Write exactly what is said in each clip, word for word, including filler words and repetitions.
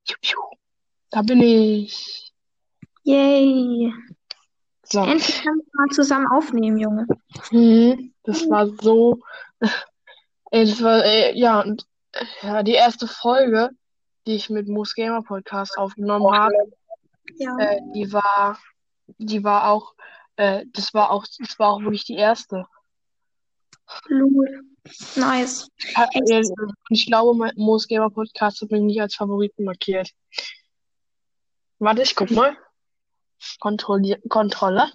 Piu, piu. Da bin ich. Yay. So. Endlich können wir mal zusammen aufnehmen, Junge. Mhm. Das war so. Ey, das war, ey, ja, und äh, ja, die erste Folge, die ich mit Moose Gamer Podcast aufgenommen habe, Ja. äh, die war, die war auch, äh, das war auch, das war auch wirklich die erste. Lul. Nice. Ha- äh, Echt? Ich glaube, mein Moose Gamer Podcast hat mich nicht als Favoriten markiert. Warte, ich guck mal. Kontrollier Kontrolle?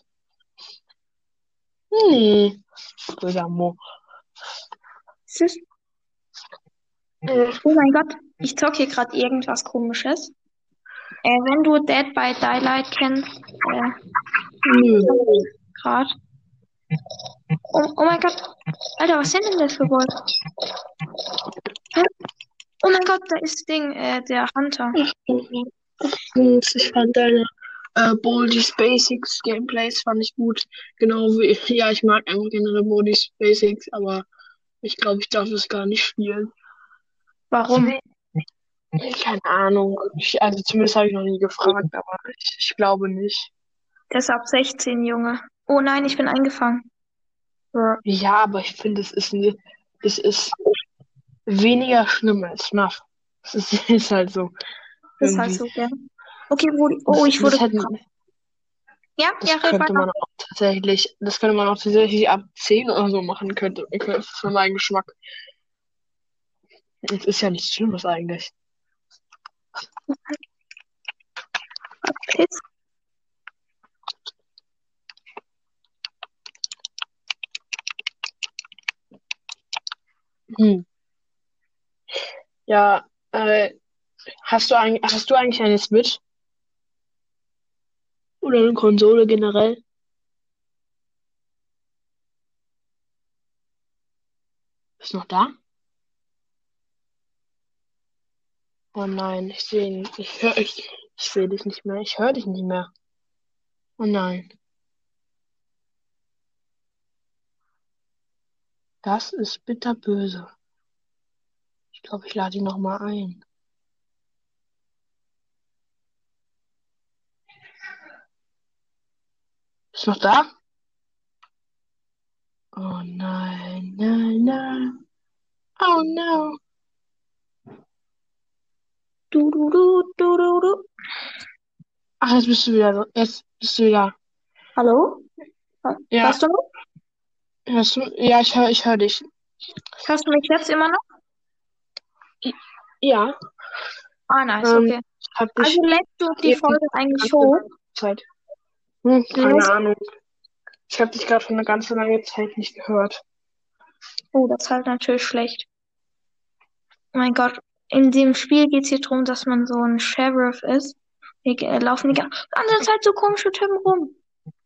Nee. Böser Mo. Süß. Äh, Oh mein Gott, ich zock hier gerade irgendwas Komisches. Äh, wenn du Dead by Daylight kennst, äh, nö. gerade. Oh, oh mein Gott. Alter, was sind denn das für Wolken? Hä? Oh mein Gott, da ist Ding, äh, der Hunter. Jungs, ich fand deine äh, Boldy's Basics Gameplays fand ich gut. Genau wie, ja, ich mag einfach generell Boldy's Basics, aber ich glaube, ich darf das gar nicht spielen. Warum? Keine Ahnung. Ich, also zumindest habe ich noch nie gefragt, aber ich, ich glaube nicht. Der ist ab sechzehn, Junge. Oh nein, ich bin eingefangen. Brr. Ja, aber ich finde, es ist, ne- es ist weniger schlimm als F N A F. Es ist, ist halt so Ist halt irgendwie. so, gell? Okay, wo, oh, Das, ich wurde das hätte, getroffen. Ja, ja, das red könnte weiter. man auch tatsächlich, das könnte man auch tatsächlich ab zehn oder so machen, könnte, könnte für meinen Geschmack. Es ist ja nichts Schlimmes eigentlich. Piss. Hm. Ja, äh, hast du eigentlich, hast du eigentlich eine Switch? Oder eine Konsole generell? Bist du noch da? Oh nein, ich sehe ihn. Ich höre, ich, ich sehe dich nicht mehr. Ich höre dich nicht mehr. Oh nein. Das ist bitterböse. Ich glaube, ich lade ihn nochmal ein. Bist du noch da? Oh nein, nein, nein. Oh no. Du, du, du, du, du, du. Ach, jetzt bist du wieder. Jetzt bist du wieder. Hallo? Ja, Hörst du mich? hörst du? Ja, ich höre, ich höre dich. Hörst du mich jetzt immer noch? I- Ja, Ah, nice, ähm, okay. ich hab Also dich lädst du die eben Folge eigentlich ganze hoch? lange Zeit. Hm, keine Lässt, Ahnung. Ich habe dich gerade schon eine ganze lange Zeit nicht gehört. oh, das ist halt natürlich schlecht. Oh mein Gott, in dem Spiel geht es hier darum, dass man so ein Sheriff ist. Hier äh, laufen die ganze Zeit so komische Typen rum.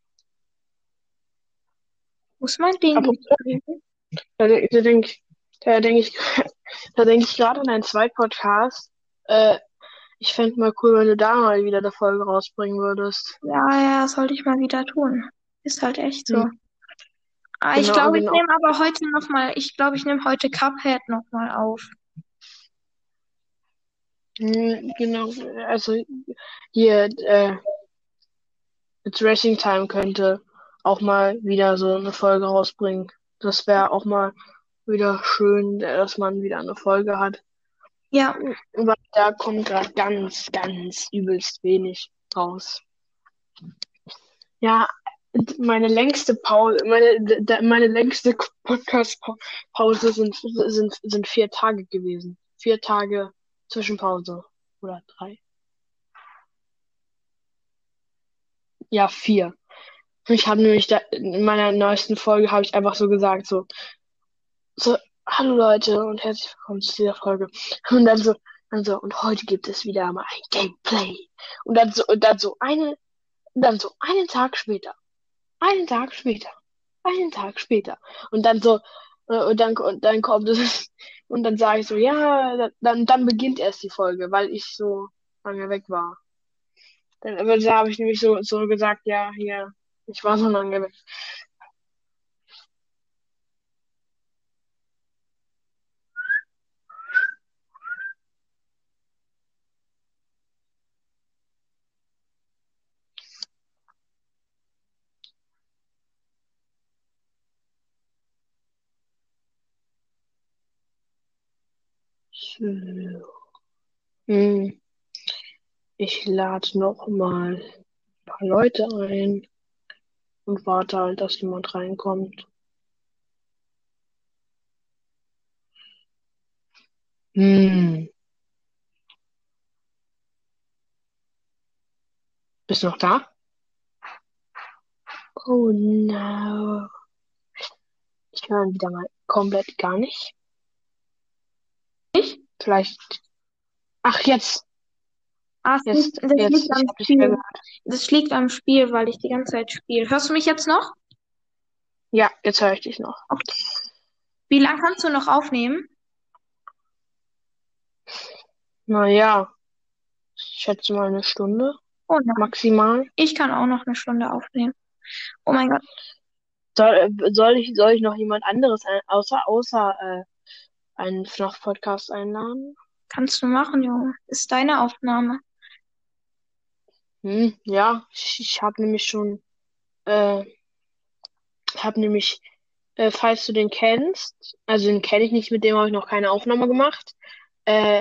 Wo ist mein Aber Ding? da, da denke ich, da denke ich, da denke ich gerade an einen Zweit-Podcast. Äh, ich fände mal cool, wenn du da mal wieder eine Folge rausbringen würdest. Ja, ja, sollte ich mal wieder tun. Ist halt echt Hm, so. Ah, ich genau, glaube, ich genau. nehme aber heute noch mal, ich glaube, ich nehme heute Cuphead noch mal auf. Hm, genau. Also hier, äh, Dressing Time könnte auch mal wieder so eine Folge rausbringen. Das wäre auch mal wieder schön, dass man wieder eine Folge hat. Ja, Weil da kommt gerade ganz, ganz übelst wenig raus. Ja, meine längste Pause, meine, d- meine längste Podcast-Pause sind, sind, sind vier Tage gewesen. Vier Tage Zwischenpause. Oder drei. Ja, vier. Ich habe nämlich da, in meiner neuesten Folge habe ich einfach so gesagt, so, so, hallo Leute und herzlich willkommen zu dieser Folge. Und dann so, dann so, und heute gibt es wieder mal ein Gameplay. Und dann so, und dann so eine, dann so einen Tag später. Einen Tag später. Einen Tag später. Und dann so, äh, und dann, und dann kommt es, und dann sage ich so, ja, dann, dann beginnt erst die Folge, weil ich so lange weg war. Dann, aber da habe ich nämlich so, so gesagt, ja, hier, ich war so lange weg. So. Hm. Ich lade noch mal ein paar Leute ein und warte halt, dass jemand reinkommt. Hm. Bist du noch da? Oh no. Ich höre ihn wieder mal komplett gar nicht. Ich? Vielleicht. Ach, jetzt. Ah, das liegt, Jetzt. das Jetzt. liegt Ich am habe dich wieder Spiel. gehört. Das liegt am Spiel, weil ich die ganze Zeit spiele. Hörst du mich jetzt noch? Ja, jetzt höre ich dich noch. Okay. Wie lange kannst du noch aufnehmen? Naja, ich schätze mal eine Stunde Oh nein, maximal. ich kann auch noch eine Stunde aufnehmen. Oh mein Gott. Soll, äh, soll ich, soll ich noch jemand anderes ein, außer, außer äh, einen F N A F-Podcast einladen? Kannst du machen, Junge. Ist deine Aufnahme. Hm, ja, ich, ich habe nämlich schon, äh, habe nämlich, äh, falls du den kennst, also den kenne ich nicht, mit dem habe ich noch keine Aufnahme gemacht. Äh,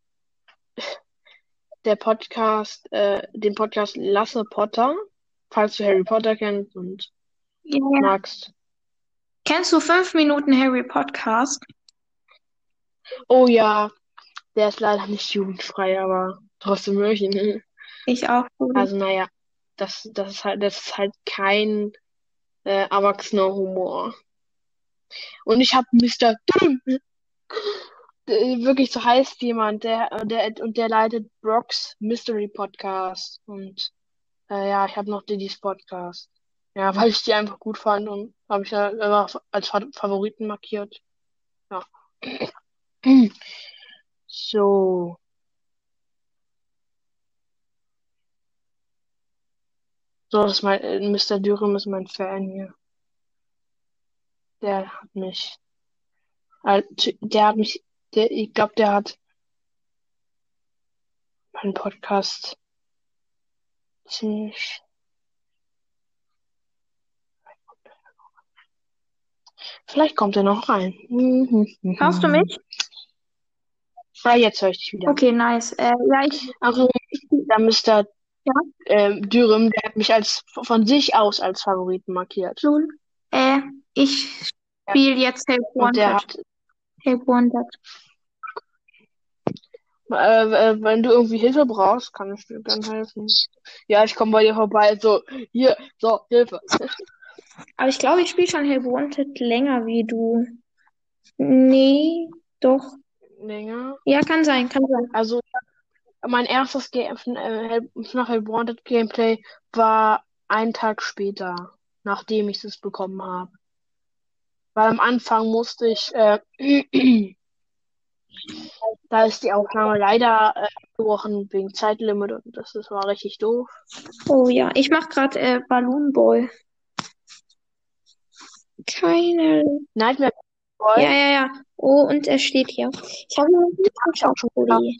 der Podcast, äh, den Podcast Lasse Potter, falls du Harry Potter kennst und Ja, ja. magst. Kennst du fünf Minuten Harry Podcast? Oh ja, der ist leider nicht jugendfrei, aber trotzdem höre ich ihn. Ich auch, Brudi. Also naja, das, das ist halt, das ist halt kein äh, erwachsener Humor. Und ich habe Mister Düm, äh, wirklich so heißt jemand, der, der und der leitet Brocks Mystery Podcast. Und äh, ja, ich habe noch Diddy's Podcast. Ja, weil ich die einfach gut fand und habe ich ja einfach als Fa Favoriten markiert. Ja. So. So, das ist mein, äh, Mister Dürüm ist mein Fan hier. Der hat mich, äh, der hat mich, der, ich glaube, der hat meinen Podcast ziemlich. Vielleicht kommt er noch rein. Hörst du mich? Ah, jetzt höre ich dich wieder. Okay, nice. Äh, ja, ich, Also, der Mister ja, äh, Dürüm, der hat mich als von sich aus als Favoriten markiert. nun, äh, ich Ja. spiele jetzt Help Und der Wanted. hat, Help Wanted. äh, äh, wenn du irgendwie Hilfe brauchst, kann ich dir gerne helfen. Ja, ich komme bei dir vorbei. So, hier, so, Hilfe. Aber ich glaube, ich spiele schon Help Wanted länger wie du. Nee, doch. Länger. Ja, kann sein, kann sein. Also, mein erstes Game, äh, nach Help Wanted Gameplay war einen Tag später, nachdem ich es bekommen habe. Weil am Anfang musste ich, äh, da ist die Aufnahme leider äh, abgebrochen wegen Zeitlimit und das, das war richtig doof. Oh ja, ich mache gerade äh, Balloon Boy. Keine. Nightmare Ja, Boy, ja, ja. Oh, und er steht hier. Ich habe noch nicht hab ich auch geschafft, schon geschafft. Brudi.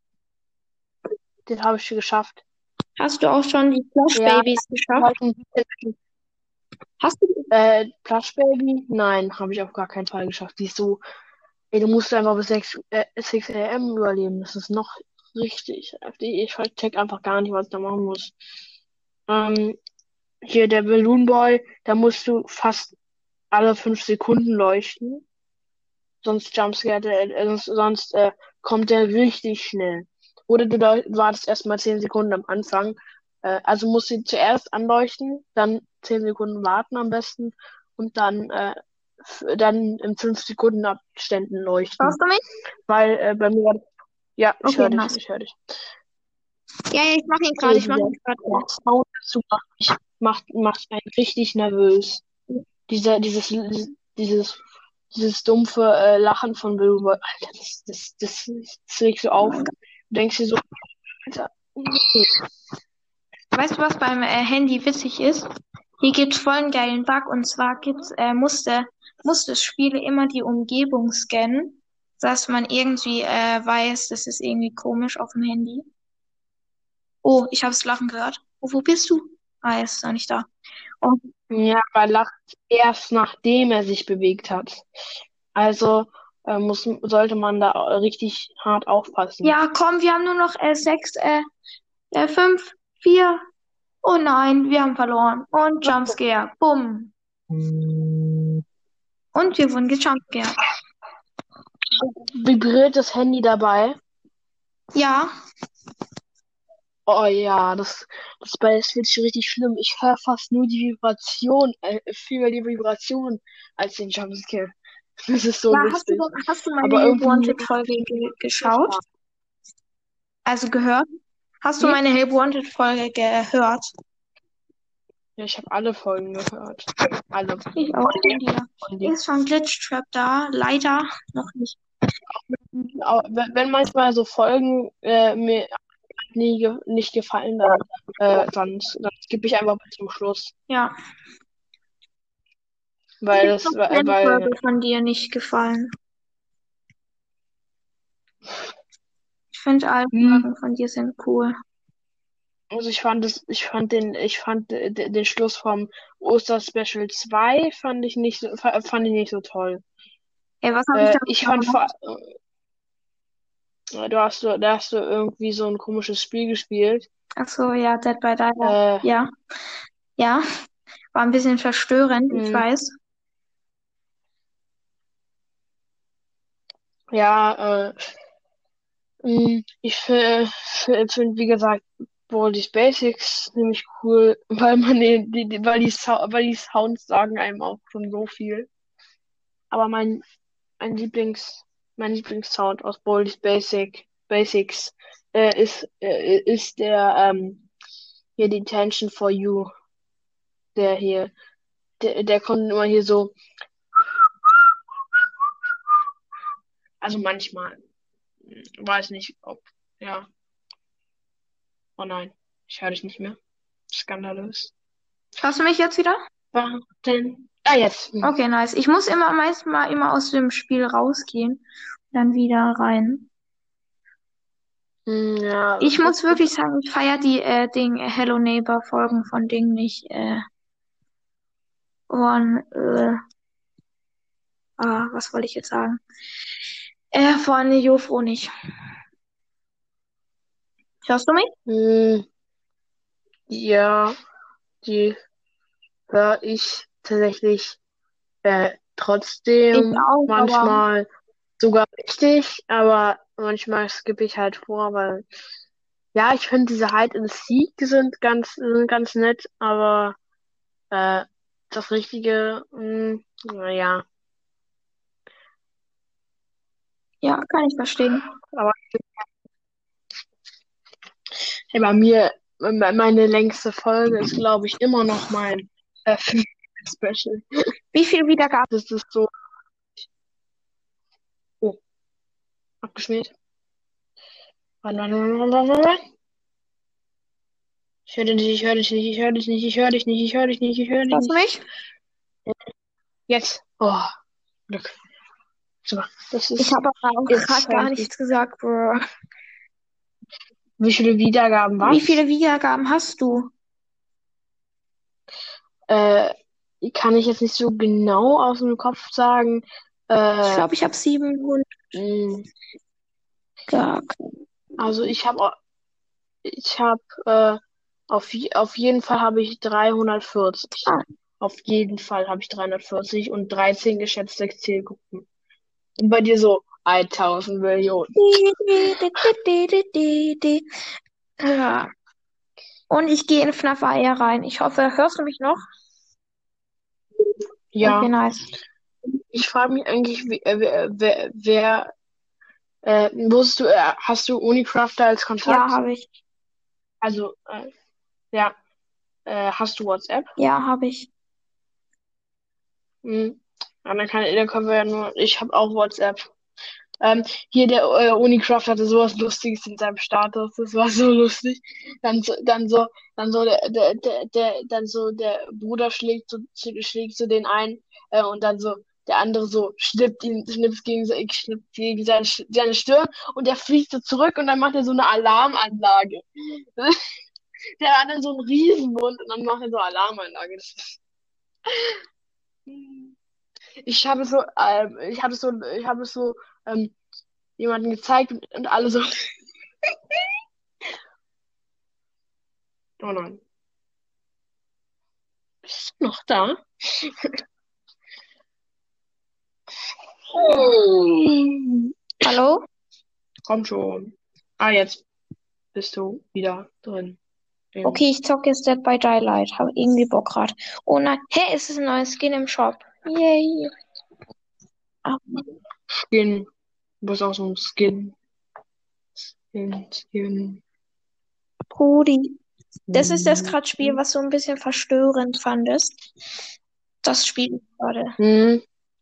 Den habe ich schon geschafft. Hast du auch schon die Flush Ja, Babies ich geschafft? hab heute ein bisschen, Hast du? äh, Plush Baby? Nein, habe ich auf gar keinen Fall geschafft. Die ist so, ey, du musst einfach bis sechs äh, sechs A M überleben. Das ist noch richtig heftig. Ich check einfach gar nicht, was ich da machen muss. Ähm, hier der Balloon Boy, da musst du fast alle fünf Sekunden leuchten. Sonst Jumpscare, der, äh, sonst, sonst äh, kommt der richtig schnell. Oder du leu- wartest erstmal zehn Sekunden am Anfang. Äh, also musst du zuerst anleuchten, dann zehn Sekunden warten am besten und dann, äh, f- dann in fünf Sekunden Abständen leuchten. Hörst du mich? Weil äh, bei mir war das, ja, ich Okay, höre dich, nice. ich höre dich. Ja, ja, ich mache ihn gerade. Ey, Ich mache dieser ihn gerade. der Sound dazu macht mich, macht, macht einen richtig nervös. Dieser, dieses, dieses, dieses dumpfe äh, Lachen von Bill Boy, Alter, das, das, das, das regt so auf. Du denkst dir so, Alter, nee. Weißt du, was beim äh, Handy witzig ist? Hier gibt's voll einen geilen Bug und zwar gibt's, äh, musste, musste das Spiel immer die Umgebung scannen, dass man irgendwie äh, weiß, das ist irgendwie komisch auf dem Handy. Oh, ich habe das Lachen gehört. Oh, wo bist du? Ah, er ist noch nicht da. Oh, Ja, aber er lacht erst nachdem er sich bewegt hat. Also, äh, muss, sollte man da richtig hart aufpassen. Ja, komm, wir haben nur noch äh, sechs, äh, äh, fünf, vier. Oh nein, wir haben verloren. Und Jumpscare. Bumm. Und wir wurden gejumpscared. Vibriert das Handy dabei? Ja, Oh ja, das, das bei Switch richtig schlimm. Ich höre fast nur die Vibration, äh, viel mehr die Vibration als den Jumpscare. Das ist so ja, hast du lustig. denn, hast du meine Aber Help irgendwie, Wanted Folge ge geschaut? Also gehört? Hast du hm? meine Help Wanted Folge gehört? Ja, ich habe alle Folgen gehört. Alle. Ich auch von dir. Von dir. Ist schon Glitch Trap da? Leider noch nicht. Au- Wenn wenn manchmal so Folgen äh, mir nie ge nicht gefallen, dann, äh, dann, dann skippe ich einfach bis zum Schluss. Ja. Mir Weil hat das, noch weil, keine weil Folge von dir nicht gefallen. Ich finde alle hm, Folgen von dir sind cool. also ich fand es, ich fand den, ich fand de- de- den Schluss vom Osterspecial zwei fand ich nicht so, fa- fand ich nicht so toll. Ey, was habe ich Äh, da ich fand gemacht? vor, äh, du hast so, da hast du irgendwie so ein komisches Spiel gespielt. Ach so, ja, Dead by Daylight. Äh, Ja, ja. War ein bisschen verstörend, ich mh, weiß. ja, äh, mh, ich finde, wie gesagt, Baldi's Basics ziemlich cool, weil man die, die, die- weil die, Sou- weil die Sounds sagen einem auch schon so viel. Aber mein, mein Lieblings, mein Lieblingssound aus Baldi's Basic, Basics äh, ist, äh, ist der ähm, hier Detention for You, der hier, der, der kommt immer hier so, also manchmal, hm, weiß nicht, ob, ja, oh nein, ich höre dich nicht mehr, skandalös. Hörst du mich jetzt wieder? Warten, ah jetzt, hm. Okay, nice. Ich muss immer meist mal immer aus dem Spiel rausgehen, dann wieder rein. Hm, ja, Ich das muss ist, wirklich sagen, ich feiere die äh, Ding äh, Hello Neighbor Folgen von Ding nicht. Äh, von, äh, ah, was wollte ich jetzt sagen? Äh, von Jofro nicht. Hörst du mich? hm, ja, die höre ich tatsächlich äh, Ich trotzdem auch, aber manchmal sogar richtig, aber manchmal skippe ich halt vor, weil ja, ich finde diese Hide and Seek sind ganz, sind ganz nett, aber äh, das Richtige, mh, naja, ja, kann ich verstehen. aber hey, bei mir, me- meine längste Folge ist, glaube ich, immer noch mein äh, Special. Wie viel Wiedergaben? Das ist so, oh, abgeschmiert. Warte, warte, warte, warte, warte. Ich höre dich nicht, ich höre dich nicht, ich höre dich nicht, ich höre dich nicht, ich höre dich nicht, ich höre dich Hörst du nicht. mich? Jetzt. Oh, Glück. So, das Ich ist, habe aber auch jetzt gerade höre gar ich dich. nichts gesagt, Bro. Wie viele Wiedergaben Wie was? viele Wiedergaben hast du? Äh, kann ich jetzt nicht so genau aus dem Kopf sagen. Ich Äh, glaube, ich habe siebenhundert. mh, Gar also ich habe, ich habe, äh, auf, je- auf jeden Fall habe ich dreihundertvierzig. Ah. Auf jeden Fall habe ich dreihundertvierzig und dreizehn geschätzte Zielgruppen. Und bei dir so tausend Millionen. Ja. Und ich gehe in FNAF Eier rein. Ich hoffe, hörst du mich noch? Okay, Ja, nice. ich frage mich eigentlich, wie, äh, wer, wer, wer äh, wusstest du, äh, hast du Unicrafter als Ja, Kontakt? habe ich. Also, äh, ja, äh, hast du WhatsApp? Ja, habe ich. Hm. Ja, dann kann, dann können wir ja nur, ich habe auch WhatsApp. Ähm, hier der äh, Unicraft hatte sowas Lustiges in seinem Status, das war so lustig. Dann so, dann so, dann so der, der, der, der dann so der Bruder schlägt so, schlägt so den ein äh, und dann so der andere so schnippt ihn, schnippt gegen, se- schnippt gegen seine, seine Stirn und der fliegt so zurück und dann macht er so eine Alarmanlage. Der hat dann so einen Riesenmund und dann macht er so Alarmanlage. Das ist, Ich habe so, ähm, ich habe so, ich habe so ähm, jemanden gezeigt und, und alle so, oh nein, bist du noch da? Hm. Hallo? Komm schon. Ah, jetzt bist du wieder drin. Im Okay, ich zocke jetzt Dead by Daylight. Hab irgendwie Bock grad. Oh nein. Hä, ist es ein neues Skin im Shop? Yay. Ah, Skin. Du bist auch so ein Skin. Skin, Skin. Brudi. Das ist das Hm. gerade Spiel, was du ein bisschen verstörend fandest. Das Spiel gerade. Hm.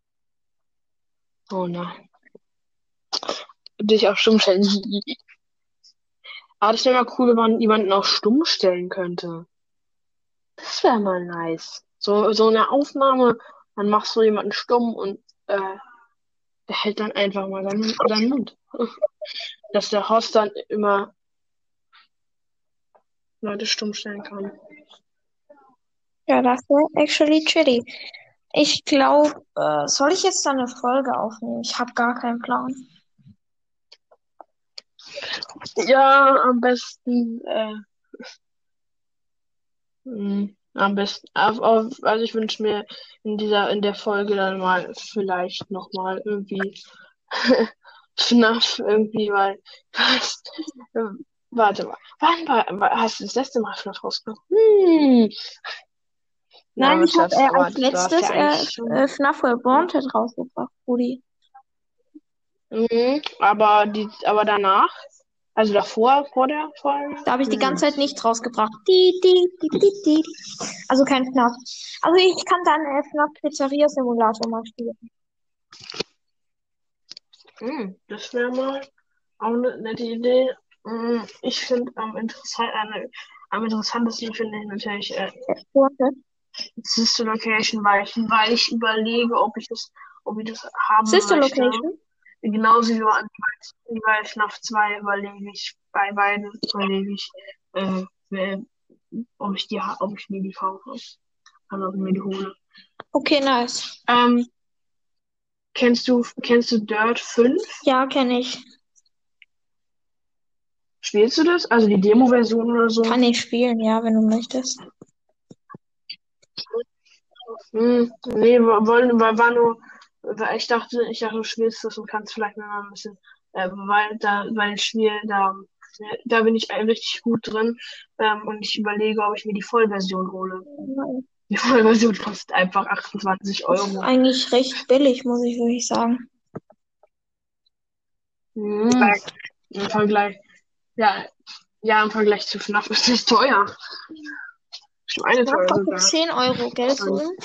Oh nein. Dich auch stumm stellen. Aber das wäre mal cool, wenn man jemanden auch stumm stellen könnte. Das wäre mal nice. So, so eine Aufnahme, dann machst du jemanden stumm und äh, der hält dann einfach mal seinen, seinen Mund. Dass der Host dann immer Leute stumm stellen kann. Ja, das wäre actually chilly. Ich glaube, äh, soll ich jetzt da eine Folge aufnehmen? Ich habe gar keinen Plan. Ja, am besten, äh, mh, am besten, auf, auf, also ich wünsche mir in dieser, in der Folge dann mal vielleicht nochmal irgendwie FNAF irgendwie, weil, was, äh, warte mal, wann war, war- hast du das letzte Mal FNAF rausgebracht? Hm, Nein, na, mit ich habe Schatz, äh, aber als du hast letztes ja äh, eigentlich schon, äh, FNAF Wanted rausgebracht, Brudi. mhm, aber die, aber danach, also davor, vor der Folge, Da habe ich die hm, ganze Zeit nichts rausgebracht. Die, die, die, die, die. Also kein FNAF. Also ich kann dann äh, FNAF Pizzeria Simulator mal spielen. hm, das wäre mal auch eine nette Idee. Hm, ich finde am interessant, äh, am interessantesten finde ich natürlich äh, Wanted. Sister Location, weil ich, weil ich überlege, ob ich das, ob ich das haben Sister möchte. Location. Genauso wie bei, wie bei FNAF zwei überlege ich, bei beiden überlege ich, äh, wer- ob ich die, ha- ob ich mir die kaufe. Also ob ich mir die hole. Okay, nice. Ähm, kennst du, kennst du Dirt fünf? Ja, kenne ich. Spielst du das? Also die Demo-Version oder so? Kann ich spielen, ja, wenn du möchtest. Hm, nee, wir wollen, war, war nur, weil ich dachte, ich dachte, du spielst das und kannst vielleicht mal ein bisschen, äh, weil da, weil ich spiele, da, da bin ich richtig gut drin, ähm, und ich überlege, ob ich mir die Vollversion hole. Die Vollversion kostet einfach achtundzwanzig Ist Euro. eigentlich recht billig, muss ich wirklich sagen. Hm, im Vergleich, ja, ja, im Vergleich zu FNAF ist das teuer. FNAF Schweineteuer kostet sogar. zehn Euro, gell, Und, Sohn?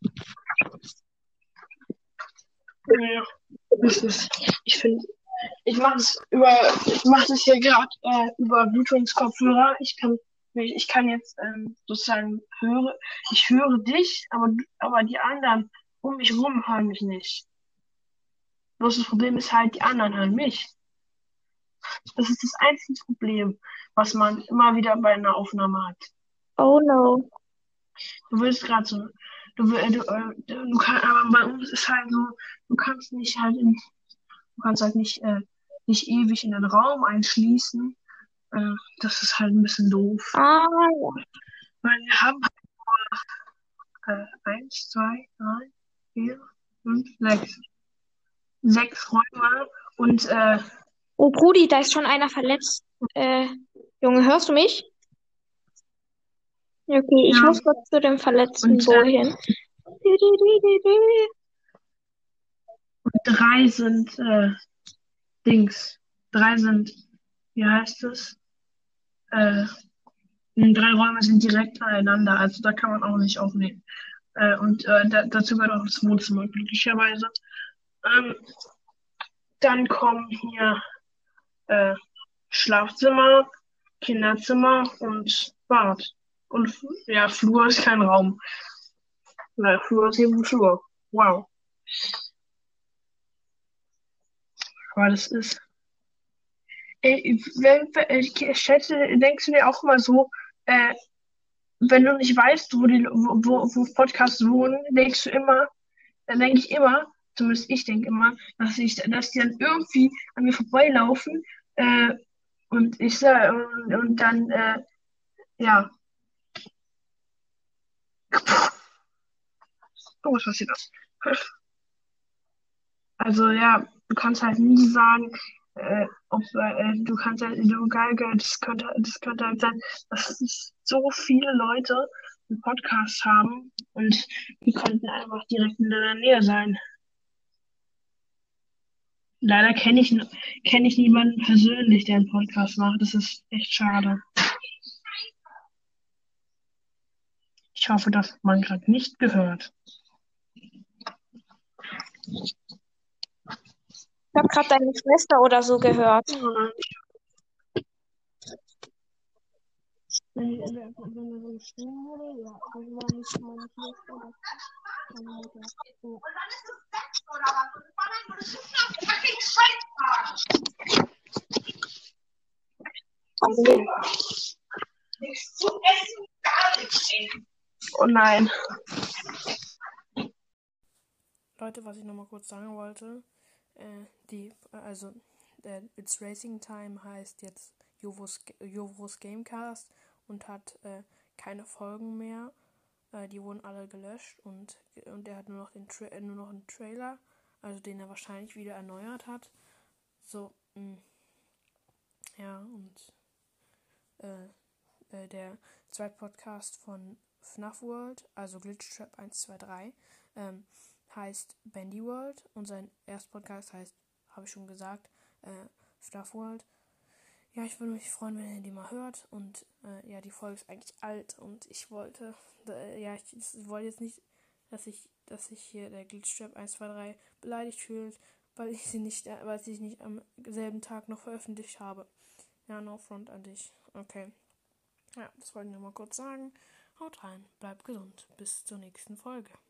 ja, das ist, ich finde, ich mache es über, ich mache das hier gerade äh, über Bluetooth-Kopfhörer. Ich kann, mich- ich kann jetzt ähm, sozusagen höre, ich höre dich, aber du- aber die anderen um mich rum hören mich nicht. Bloß das Problem ist halt, die anderen hören mich. Das ist das einzige Problem, was man immer wieder bei einer Aufnahme hat. Oh no. Du willst gerade so, du, will- du, äh, du kannst, aber bei uns ist halt so, du kannst nicht halt in, du kannst halt nicht, äh, nicht ewig in den Raum einschließen. Äh, das ist halt ein bisschen doof. Ah, ja. Weil wir haben äh, eins, zwei, drei, vier, fünf, sechs. Sechs Räume und äh, Oh, Brudi, da ist schon einer verletzt. Äh, Junge, hörst du mich? Ja, okay, ich ja, muss kurz zu dem verletzten und äh, Boy hin. Di, di, di, di, di. drei sind äh, Dings. Drei sind, wie heißt es? Äh, drei Räume sind direkt beieinander, also da kann man auch nicht aufnehmen. Äh, und äh, da, dazu gehört auch das Wohnzimmer, glücklicherweise. Ähm, dann kommen hier äh, Schlafzimmer, Kinderzimmer und Bad. Und ja, Flur ist kein Raum. Na, Flur ist eben Flur. Wow. Aber das ist. Ey, wenn, wenn, ich schätze, denkst du dir auch mal so, äh, wenn du nicht weißt, wo die wo, wo wo Podcasts wohnen, denkst du immer, dann denke ich immer, zumindest ich denke immer, dass ich, dass die dann irgendwie an mir vorbeilaufen, äh, und ich sag, und, und dann, äh, ja, oh, was passiert das? Also ja, du kannst halt nie sagen, äh, ob äh, du kannst halt, du Geige, das könnte, das könnte halt sein, dass es so viele Leute einen Podcast haben und die könnten einfach direkt in deiner Nähe sein. Leider kenne ich, kenne ich niemanden persönlich, der einen Podcast macht. Das ist echt schade. Ich hoffe, das hat man gerade nicht gehört. Ich habe gerade deine Schwester oder so gehört. Oh nein, wenn, wenn, wenn er so geschrieben wurde, ja, das war nicht meine Schwester, das war meine Mutter. So. Okay. Oh nein. Leute, was ich nochmal kurz sagen wollte, äh, die, also, äh, It's Racing Time heißt jetzt Jovos, Jovos Gamecast und hat äh, keine Folgen mehr. Äh, die wurden alle gelöscht und, und er hat nur noch, den Tra- nur noch einen Trailer, also den er wahrscheinlich wieder erneuert hat. So, mh. Ja, und äh, äh, der zweite Podcast von FNAF World, also Glitchtrap eins zwei drei, ähm, heißt Bandy World und sein erster Podcast heißt, habe ich schon gesagt, äh, FNAF World. Ja, ich würde mich freuen, wenn ihr die mal hört und äh, ja, die Folge ist eigentlich alt und ich wollte, äh, ja, ich, ich wollte jetzt nicht, dass ich, dass sich hier der Glitchtrap eins zwei drei beleidigt fühlt, weil ich sie nicht, äh, weil ich sie nicht am selben Tag noch veröffentlicht habe. Ja, no front an dich. Okay. Ja, das wollte ich nur mal kurz sagen. Haut rein, bleibt gesund. Bis zur nächsten Folge.